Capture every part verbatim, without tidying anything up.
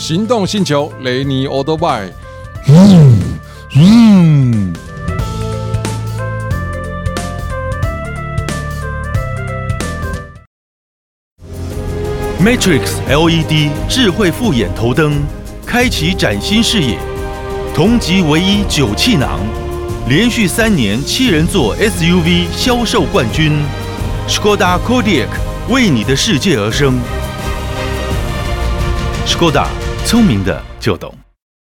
行动星球雷尼欧多拜，嗯嗯。 Matrix L E D 智慧复眼头灯，开启崭新视野。同级唯一九气囊，连续三年七人座 S U V 销售冠军。Škoda Kodiaq 为你的世界而生。Škoda 聪明的就懂。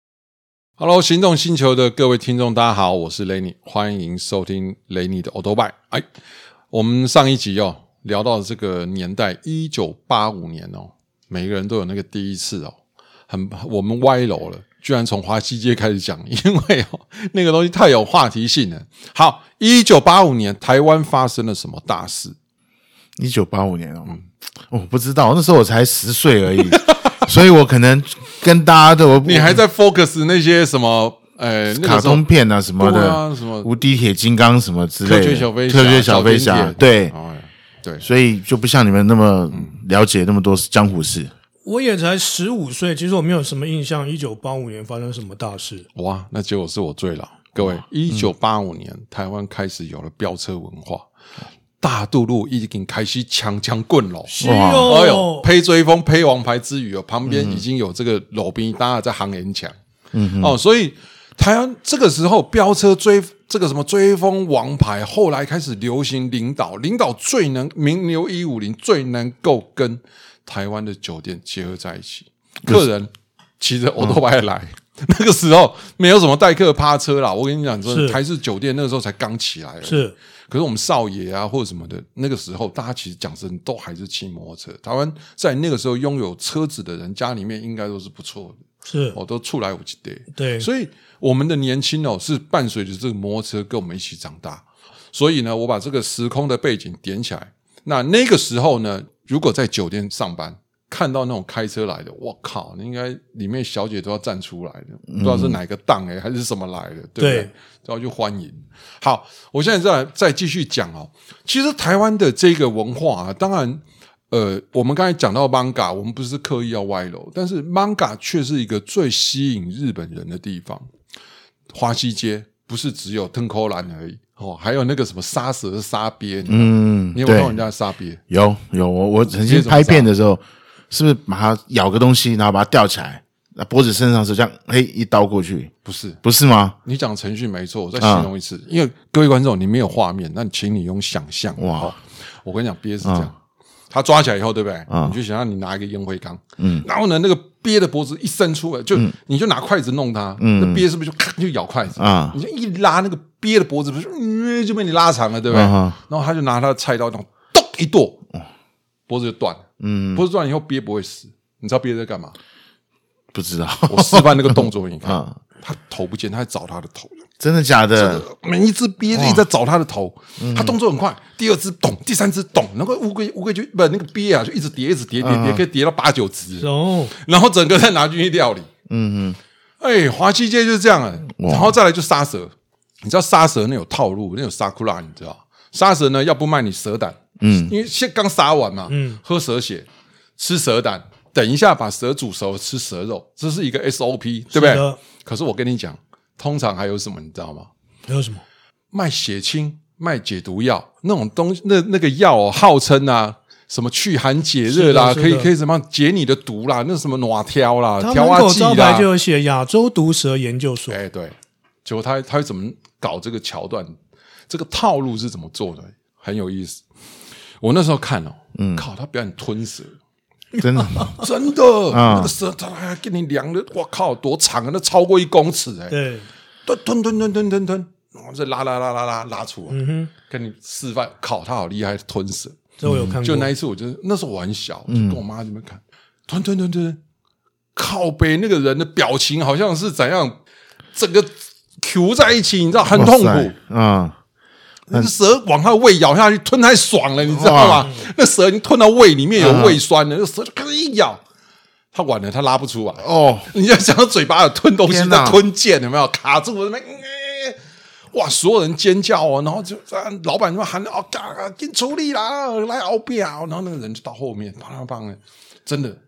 Hello， 行动星球的各位听众，大家好，我是雷尼，欢迎收听雷尼的 Autobike。哎，我们上一集哦。聊到这个年代一九八五年哦，每个人都有那个第一次哦，很我们歪楼了，居然从华西街开始讲，因为哦那个东西太有话题性了。好，一九八五年台湾发生了什么大事？ 一九八五年哦，嗯、我不知道，那时候我才十岁而已，所以我可能跟大家都你还在 focus 那些什么呃、那个、 卡通片啊什么的， 啊、什么无敌铁金刚什么之类的， 科学小飞侠， 科学小飞侠，对。 哦对， 所以就不像你们那么了解那么多江湖事。 我也才十五岁，其实我没有什么印象。一九八五年发生什么大事？ 哇，那结果是我最老。各位，一九八五年台湾开始有了飙车文化，大渡路已经开始强强棍了。 哇， 哎呦，配追风、配王牌之余哦，旁边已经有这个路边大家在行人墙。嗯哦，所以台湾这个时候飙车追。这个什么追风王牌，后来开始流行领导，领导最能名流一五零最能够跟台湾的酒店结合在一起。客人骑着欧多拜来，嗯、那个时候没有什么代客趴车啦。我跟你讲，说台式酒店那个时候才刚起来而已。 是， 可是我们少爷啊或者什么的，那个时候大家其实讲真都还是骑摩托车。台湾在那个时候拥有车子的人，家里面应该都是不错的。 是， 哦，都出来有几代， 对， 所以我们的年轻哦是伴随着这个摩托车跟我们一起长大，所以呢，我把这个时空的背景点起来。那那个时候呢，如果在酒店上班，看到那种开车来的，我靠，应该里面小姐都要站出来的，嗯、不知道是哪个档哎，还是什么来的，对不对？都要去欢迎。好，我现在再再继续讲哦。其实台湾的这个文化啊，当然。呃，我们刚才讲到 manga， 我们不是刻意要歪楼，但是 manga 却是一个最吸引日本人的地方。华西街不是只有腾扣兰而已哦，还有那个什么杀蛇杀鳖，嗯，你有没有看人家杀鳖？ 有有，我我曾经拍片的时候，是不是把它咬个东西，然后把它吊起来，脖子身上是这样，嘿，一刀过去？不是，不是吗？ 你讲程序没错，我再形容一次，嗯、因为各位观众你没有画面，那请你用想象。哇、哦，我跟你讲，鳖是这样。嗯他抓起来以后，对不对？嗯、你就想让你拿一个烟灰缸，嗯，然后呢，那个鳖的脖子一伸出来，就、嗯、你就拿筷子弄它，嗯，那鳖是不是就咔就咬筷子啊？你就一拉那个鳖的脖子，不是、嗯、就被你拉长了，对不对？嗯、然后他就拿他的菜刀，咚一剁，脖子就断了。嗯，脖子断了以后，鳖不会死。你知道鳖在干嘛？ 不知道。 我示范那个动作给你看。嗯、他头不见，他在找他的头。 真的假的？ 每一只鳖一直在找他的头，他动作很快。第二只咚，第三只咚，那个乌龟乌龟就不那个鳖啊，就一直叠，一直叠，叠叠，可以叠到八九只。哦，然后整个再拿进去料理。嗯嗯，哎，华西街就是这样啊。然后再来就杀蛇，你知道杀蛇那有套路，那有沙库拉，你知道？杀蛇呢，要不卖你蛇胆，嗯，因为现刚杀完嘛，嗯，喝蛇血，吃蛇胆，等一下把蛇煮熟吃蛇肉，这是一个 S O P， 对不对？可是我跟你讲。通常还有什么你知道吗？ 还有什么？ 卖血清、卖解毒药那种东西，那那个药哦，号称啊什么祛寒解热啦，可以可以什么解你的毒啦，那什么暖挑啦、挑啊剂啦， 招牌就有写亚洲毒蛇研究所。 哎，对，结果他他会怎么搞这个桥段？这个套路是怎么做的？很有意思。我那时候看哦，嗯，靠，他表演吞蛇。 真的吗？ 真的，嗯、那个蛇它还给你量的，哇靠，多长啊！那超过一公尺哎、欸！ 对， 吞吞吞吞吞吞吞，然后再拉拉拉拉拉拉出来，嗯哼，跟你示范，靠，他好厉害，吞蛇。 这我有看过。 就那一次，我就那时候我很小，就跟我妈这边看，吞吞吞吞，靠北那个人的表情好像是怎样，整个 Q 在一起，你知道，很痛苦，嗯。那个蛇往它的胃咬下去，吞太爽了，你知道吗？那蛇已经吞到胃里面有胃酸了，那蛇就咔一咬，它完了，它拉不出来。哦，你要想到嘴巴有吞东西在吞剑，有没有卡住我那边？哇！所有人尖叫哦，然后就老板就喊哦，赶紧处理啦，来熬表。然后那个人就到后面，砰砰砰的，真的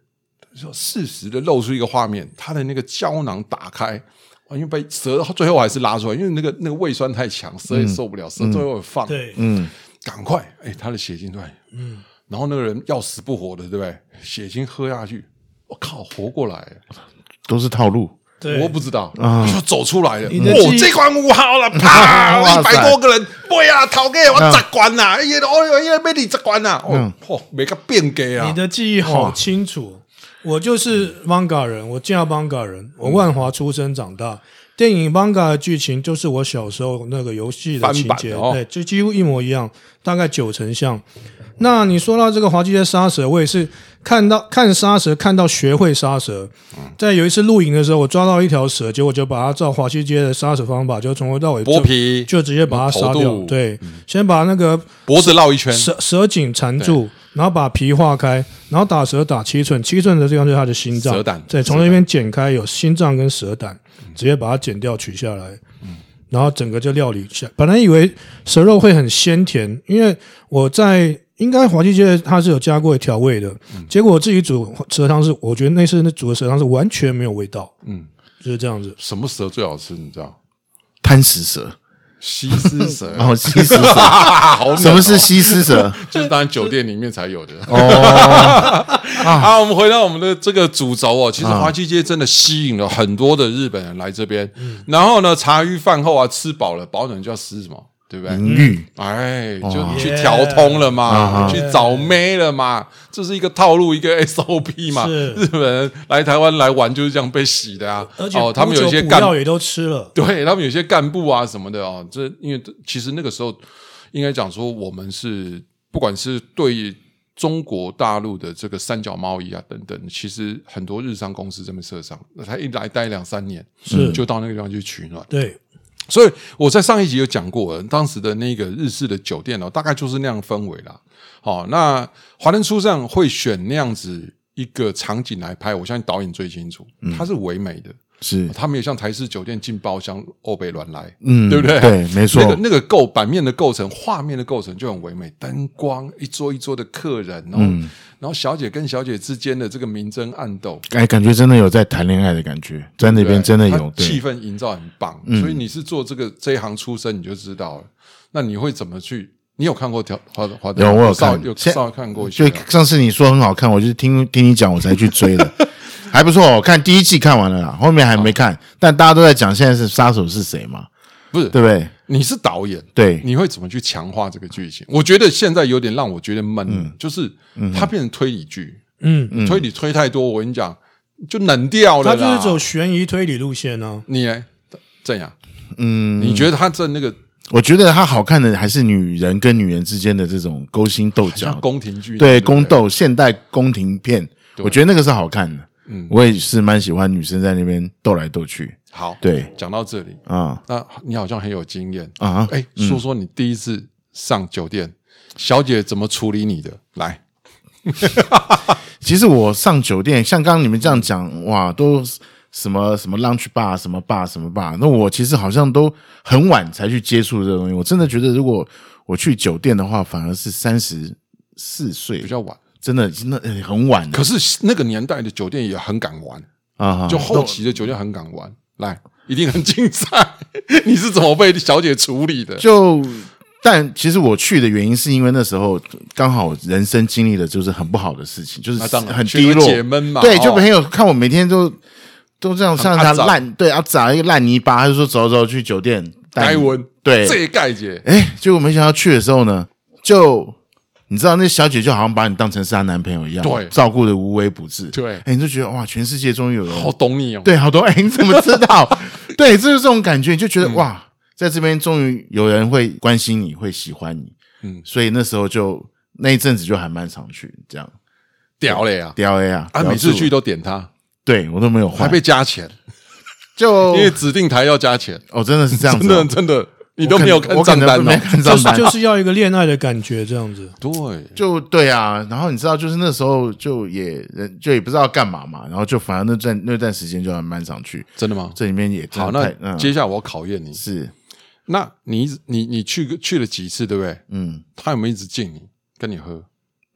就适时的露出一个画面，他的那个胶囊打开，因为被蛇最后还是拉出来，因为那个那个胃酸太强，蛇也受不了，嗯、蛇最后也放， 对， 嗯，赶快，哎，他的血精对，嗯，然后那个人要死不活的，对不对？血精喝下去，我靠，活过来， 都是套路。 我不知道，啊、就走出来了。 哦， 这关五好了，啪，一百多个人，对啊，头家我十关呐，哎呀，哦哟，要被你十关呐，哦，嚯，每个变给啊！ 你的记忆好清楚。我就是 Manga 人，我叫 Manga 人，我万华出生长大。电影 Manga 的剧情就是我小时候那个游戏的情节，哦、对，就几乎一模一样，大概九成像。那你说到这个滑稽街杀蛇，我也是看到看杀蛇，看到学会杀蛇。在有一次露营的时候，我抓到一条蛇，结果就把它照滑稽街的杀蛇方法，就从头到尾剥皮， 就直接把它杀掉。对，嗯、先把那个脖子绕一圈， 蛇蛇颈缠住，然后把皮化开，然后打蛇打七寸，七寸的地方就是它的心脏， 蛇胆。 对，从那边剪开有心脏跟蛇胆，直接把它剪掉取下来。嗯，然后整个就料理下。本来以为蛇肉会很鲜甜，因为我在。应该滑稽街它是有加过调味的，嗯、结果我自己煮蛇汤是，我觉得那次那煮的蛇汤是完全没有味道，嗯，就是这样子。 什么蛇最好吃？你知道？ 贪食蛇、 西施蛇， 哦，西施蛇，好什么是西施蛇？ 就是当然酒店里面才有的。哦，好，我们回到我们的这个主轴哦。其实滑稽街真的吸引了很多的日本人来这边，嗯、然后呢，茶余饭后啊，吃饱了，保暖就要吃什么？对不对？ 淫欲， 哎，就去调通了嘛，哦、去找妹了嘛，这是一个套路，一个 S O P 嘛。日本人来台湾来玩就是这样被洗的啊。 而且哦，他们有一些干部也都吃了， 对他们有些干部啊什么的哦，这因为其实那个时候应该讲说，我们是不管是对中国大陆的这个三角贸易啊等等，其实很多日商公司这边设上，他一来待两三年， 是就到那个地方去取暖。 对。 所以我在上一集有讲过了，当时的那个日式的酒店哦，大概就是那样氛围啦。好、哦，那华灯初上会选那样子一个场景来拍，我相信导演最清楚，嗯、它是唯美的， 是它没有像台式酒店进包厢欧北乱来， 嗯， 对不对？ 对，没错。 那个那个构版面的构成、画面的构成就很唯美，灯光一桌一桌的客人，然后、嗯、然后小姐跟小姐之间的这个明争暗斗， 哎，感觉真的有在谈恋爱的感觉，在那边真的有气氛营造很棒，嗯、所以你是做这个这一行出身，你就知道了。那你会怎么去？你有看过条华华灯？ 有，我有看， 有稍微看过一下。 就上次你说很好看，我就听听你讲，我才去追的。还不错，我看第一季看完了啦，后面还没看，但大家都在讲现在是杀手是谁嘛？ 不是， 对不对？ 你是导演， 对， 你会怎么去强化这个剧情？我觉得现在有点让我觉得闷，嗯、就是它变成推理剧，嗯，推理推太多，我跟你讲就冷掉了啦。 它就是走悬疑推理路线呢、啊。 你呢？郑雅，嗯，你觉得他在那个？ 我觉得他好看的还是女人跟女人之间的这种勾心斗角， 宫廷剧， 对，宫斗，现代宫廷片，我觉得那个是好看的。嗯，我也是蛮喜欢女生在那边斗来斗去。 好， 对， 讲到这里啊， 那你好像很有经验啊， 哎，说说你第一次上酒店，小姐怎么处理你的？来， 其实我上酒店，像刚刚你们这样讲，哇，都什么什么 lunch bar， 什么 bar， 什么 bar， 那我其实好像都很晚才去接触这个东西。我真的觉得，如果我去酒店的话，反而是三十四岁比较晚。 真的，真的很晚。 可是那个年代的酒店也很敢玩啊，就后期的酒店很敢玩，来，一定很精彩。你是怎么被小姐处理的？ 就，但其实我去的原因是因为那时候刚好人生经历的就是很不好的事情，就是很低落， 解闷嘛。 对，就朋友看我每天都都这样，像他烂，对，要砸一个烂泥巴，他就说走走去酒店待温， 对， 这盖姐， 哎，结果没想到去的时候呢，就。你知道那小姐就好像把你当成是她男朋友一样， 对， 照顾的无微不至， 对， 哎，你就觉得哇，全世界终于有人好懂你哦， 对，好懂，哎，你怎么知道？对，就是这种感觉，你就觉得、嗯、哇，在这边终于有人会关心你，会喜欢你，嗯，所以那时候就那一阵子就还蛮常去，这样屌了呀， 屌了呀， 啊，每次去都点他， 对我都没有换， 还被加钱， 就因为指定台要加钱， 哦，真的是这样子、 哦，真的真的。你都没有看账单哦， 就是就是要一个恋爱的感觉，这样子。 对， 就对啊。然后你知道，就是那时候就也就也不知道干嘛嘛，然后就反正那段那段时间就还蛮常去。 真的吗？ 这里面也好。那、嗯、接下来我要考验你， 是， 那你你你去去了几次，对不对？嗯，他有没有一直敬你，跟你喝？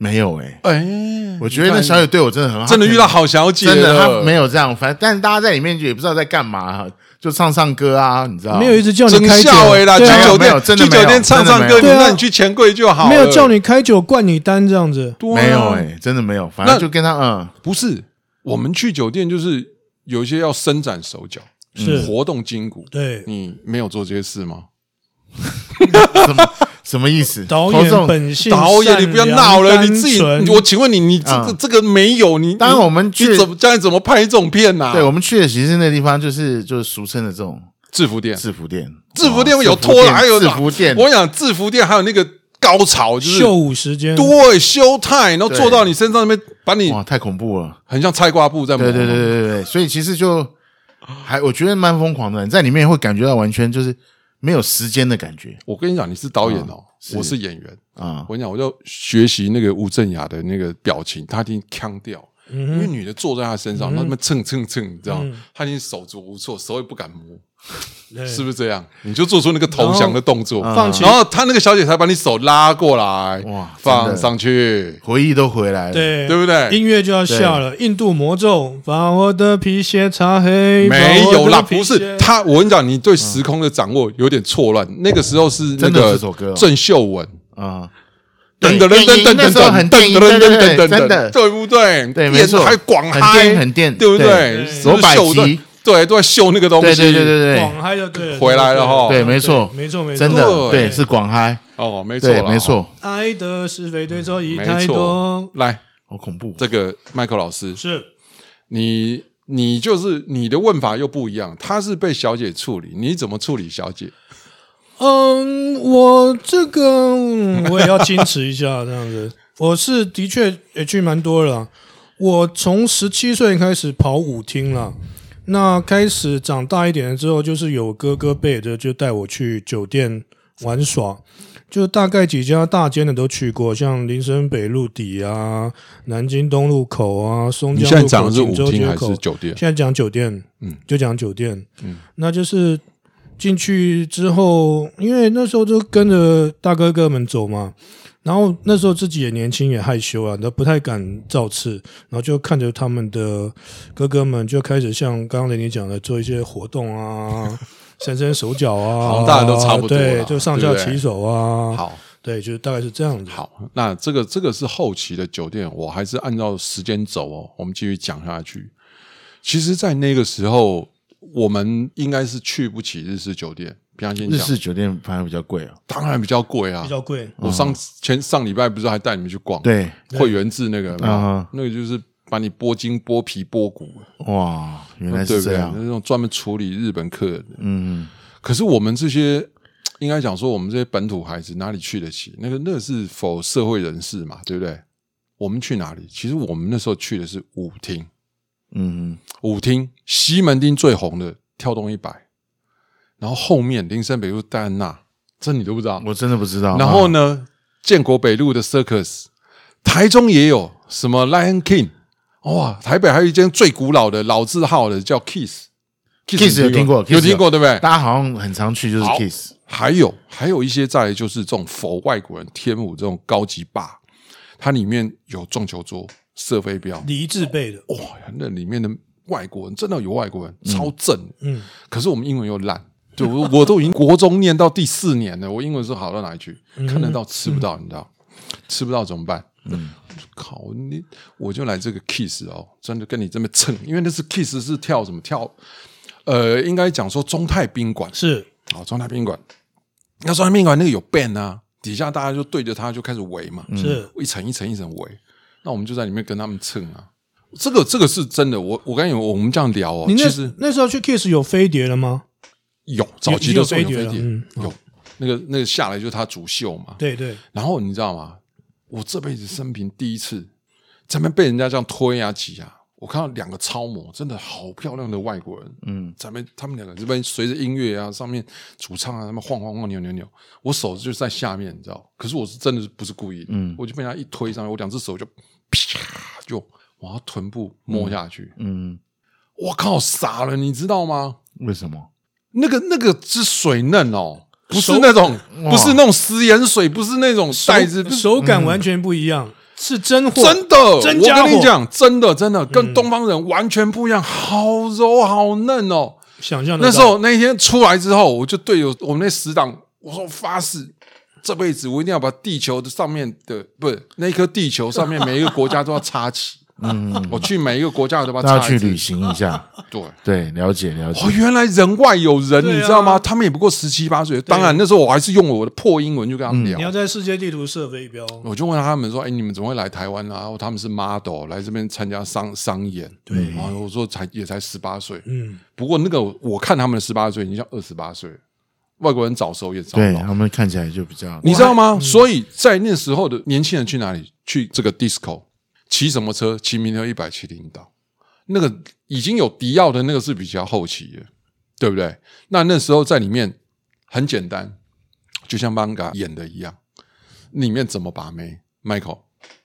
没有哎、 欸，哎， 我觉得那小姐对我真的很好， 真的遇到好小姐了， 真的她没有这样，反正但是大家在里面就也不知道在干嘛，就唱唱歌啊，你知道？ 没有一直叫你开酒哎啦，去酒店真的去酒店唱唱歌，那你去钱柜就好了， 没有叫你开酒灌你单这样子， 没有哎，真的没有，反正就跟他嗯， 不是，我们去酒店就是有一些要伸展手脚， 是活动筋骨， 对， 你没有做这些事吗？ 什么什么意思？ 导演本性， 导演你不要闹了，你自己，我请问你，你这个、 嗯、 这个没有你？ 当然我们去你怎么将来怎么拍这种片呐、啊？ 对，我们去的其实那地方就是就是俗称的这种制服店， 制服店， 制服店有拖拉，还有制服店。 我想制服店还有那个高潮，就是秀舞时间， 对，修太，然后坐到你身上那边，把你哇，太恐怖了， 很像菜瓜布在磨。 对对对对对对，所以其实就还我觉得蛮疯狂的，你在里面会感觉到完全就是没有时间的感觉。 我跟你讲，你是导演哦， 啊、是我是演员啊。 我跟你讲，我就学习那个吴镇雅的那个表情，他已经腔掉。嗯、因为女的坐在他身上，嗯、那么蹭蹭蹭，你知道，嗯、他已经手足无措，手也不敢摸，是不是这样？你就做出那个投降的动作， 放弃， 然后他那个小姐才把你手拉过来， 哇， 放上去， 回忆都回来了， 对对不对？ 音乐就要下了，印度魔咒，把我的皮鞋擦黑， 没有啦，不是他，我跟你讲，你对时空的掌握有点错乱。那个时候是那个郑秀文啊。 等等等等等等等等等等等，真的对不对？ 对，没错， 还广嗨， 很电， 对不对？ 手摆旗， 对，都在秀那个东西， 对对对对对， 广嗨就对了， 回来了哈， 对，没错， 没错没错， 真的对，是广嗨， 哦，没错， 没错， 爱的是非对错已太多， 来， 好恐怖， 这个麦克老师是你，你就是你的问法又不一样，他是被小姐处理，你怎么处理小姐？ 嗯，我这个、嗯、我也要矜持一下，这样子。我是的确也去蛮多了。我从十七岁开始跑舞厅了，那开始长大一点了之后，就是有哥哥辈的就带我去酒店玩耍，就大概几家大间的都去过，像林森北路底啊、南京东路口啊、松江路口、锦州街口。 还是酒店？ 现在讲酒店， 嗯， 就讲酒店， 嗯， 那就是进去之后，因为那时候就跟着大哥哥们走嘛，然后那时候自己也年轻也害羞啊，都不太敢造次，然后就看着他们的哥哥们就开始像刚刚雷尼讲的做一些活动啊，伸伸手脚啊， 好像大家都差不多， 对，就上下其手啊， 好， 对，就大概是这样子。 好，那这个这个是后期的酒店，我还是按照时间走哦，我们继续讲下去。其实，在那个时候，我们应该是去不起日式酒店。平常先讲， 日式酒店反而比较贵啊， 当然比较贵啊， 比较贵。 我上前上礼拜不是还带你们去逛， 对， 会员制那个， 啊， 那个就是把你剥筋、剥皮、剥骨， 哇，原来是这样， 那种专门处理日本客人。 嗯， 可是我们这些应该讲说，我们这些本土孩子哪里去得起？那个那是否社会人士嘛，对不对？我们去哪里？其实我们那时候去的是舞厅， 嗯， 舞厅西门町最红的跳动一百。然后后面林森北路戴安娜，这你都不知道， 我真的不知道。 然后呢，建国北路的 Circus， 台中也有什么 Lion King， 哇，台北还有一间最古老的老字号的叫 Kiss，Kiss 有听过， 有听过对不对？ 大家好像很常去就是 Kiss， 还有还有一些再来就是这种否外国人天舞这种高级吧，它里面有撞球桌、射飞镖， 李志备的， 哇，那里面的外国人真的有外国人，超正，嗯，可是我们英文又烂。对，我我都已经国中念到第四年了，我英文是好到哪里去？嗯、看得到吃不到，嗯、你知道？吃不到怎么办？嗯，靠你，我就来这个 Kiss 哦，真的跟你这么蹭，因为那是 Kiss 是跳什么跳？呃，应该讲说中泰宾馆是好，中泰宾馆，那中泰宾馆那个有 band 啊，底下大家就对着他就开始围嘛， 是一层一层一层围，那我们就在里面跟他们蹭啊。这个这个是真的，我我跟你我们这样聊哦， 你那其实那时候去 Kiss 有飞碟了吗？ 有，早期的时候有飞碟， 嗯、 有那个那个下来就是他主秀嘛， 对对。 然后你知道吗？我这辈子生平第一次在那边被人家这样推啊挤啊，我看到两个超模，真的好漂亮的外国人，嗯，在那边他们两个这边随着音乐啊，上面主唱啊，他们晃晃晃扭扭扭，我手就在下面，你知道？可是我是真的不是故意的，嗯，我就被他一推上来，我两只手就啪就往他臀部摸下去，嗯，嗯我靠，傻了，你知道吗？ 为什么？ 那个那个是水嫩哦，不是那种不是那种食盐水，不是那种袋子， 手感完全不一样。嗯、 是真货， 真的， 真家伙我跟你讲，真的真的跟东方人完全不一样，嗯、好柔好嫩哦。 想象的那时候那一天出来之后，我就对有我们那死党我说发誓，这辈子我一定要把地球的上面的不是那一颗地球上面每一个国家都要插旗。嗯，我去每一个国家我都把它插要去旅行一下。 对对，了解了解。 哦，原来人外有人， 啊、 你知道吗？他们也不过十七八岁。当然那时候我还是用我的破英文就跟他们聊。 嗯、你要在世界地图设飞镖， 我就问他们说：“哎，你们怎么会来台湾啊？”然后他们是 model 来这边参加商商演。 对， 然后我说才也才十八岁。 嗯， 不过那个我看他们的十八岁已经像二十八岁了。外国人早熟也早老， 对他们看起来就比较， 你知道吗？嗯、所以在那时候的年轻人去哪里？去这个 disco。骑什么车？骑名流一百七零岛，那个已经有迪奥的那个是比较后期的，对不对？那那时候在里面很简单，就像Manga演的一样，里面怎么把妹 ，Michael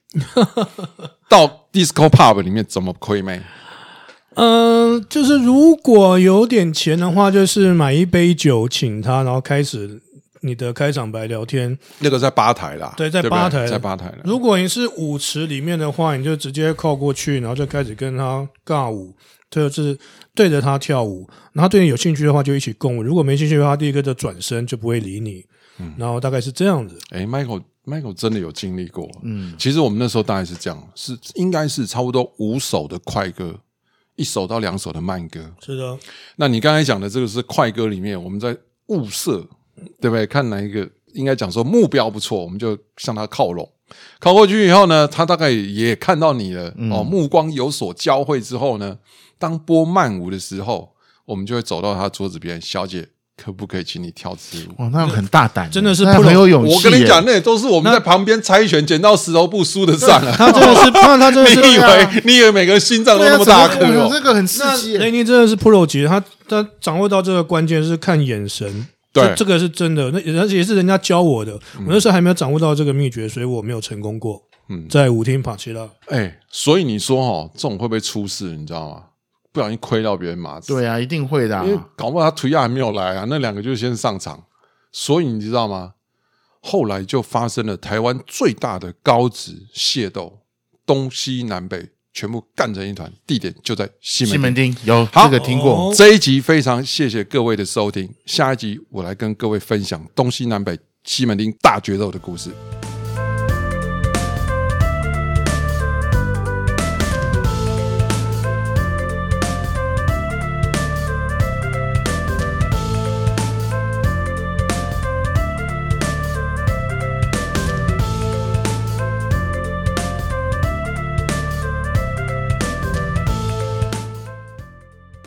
到 disco pub 里面怎么亏妹？ 嗯、呃，就是如果有点钱的话，就是买一杯酒请他，然后开始。你的开场白聊天， 那个在吧台啦， 对，在吧台， 在吧台啦。 如果你是舞池里面的话，你就直接靠过去，然后就开始跟他尬舞，就是对着他跳舞。然后对你有兴趣的话，就一起共舞；如果没兴趣的话，第一个就转身，就不会理你。嗯、然后大概是这样子。 哎 ，Michael Michael 真的有经历过。嗯，其实我们那时候大概是这样，是应该是差不多五首的快歌，一首到两首的慢歌。 是的。 那你刚才讲的这个是快歌里面，我们在物色。对不对？看哪一个应该讲说目标不错，我们就向他靠拢。靠过去以后呢，他大概也看到你了、嗯、哦，目光有所交汇之后呢，当播慢舞的时候，我们就会走到他桌子边，小姐，可不可以请你跳支舞？ 哇，那很大胆， 真的是很有勇气。 我跟你讲，那也都是我们在旁边猜拳，剪刀石头布输的上啊。 他真的是，他他真的是， 你以为你以为每个人心脏都那么大颗哦？ 这个很刺激。 雷尼真的是 pro 级，他他掌握到这个关键是看眼神。对，这个是真的，那而且也是人家教我的。嗯、我那时候还没有掌握到这个秘诀，所以我没有成功过。嗯，在舞厅帕奇拉。 哎，所以你说哦，这种会不会出事？你知道吗？不小心亏到别人马子。 对啊，一定会的、啊。 因为搞不好他推亚还没有来啊，那两个就先上场。所以你知道吗？后来就发生了台湾最大的高职械斗，东西南北。全部干成一团，地点就在西门町。西门町有这个听过。 这一集非常谢谢各位的收听，下一集我来跟各位分享东西南北西门町大决斗的故事。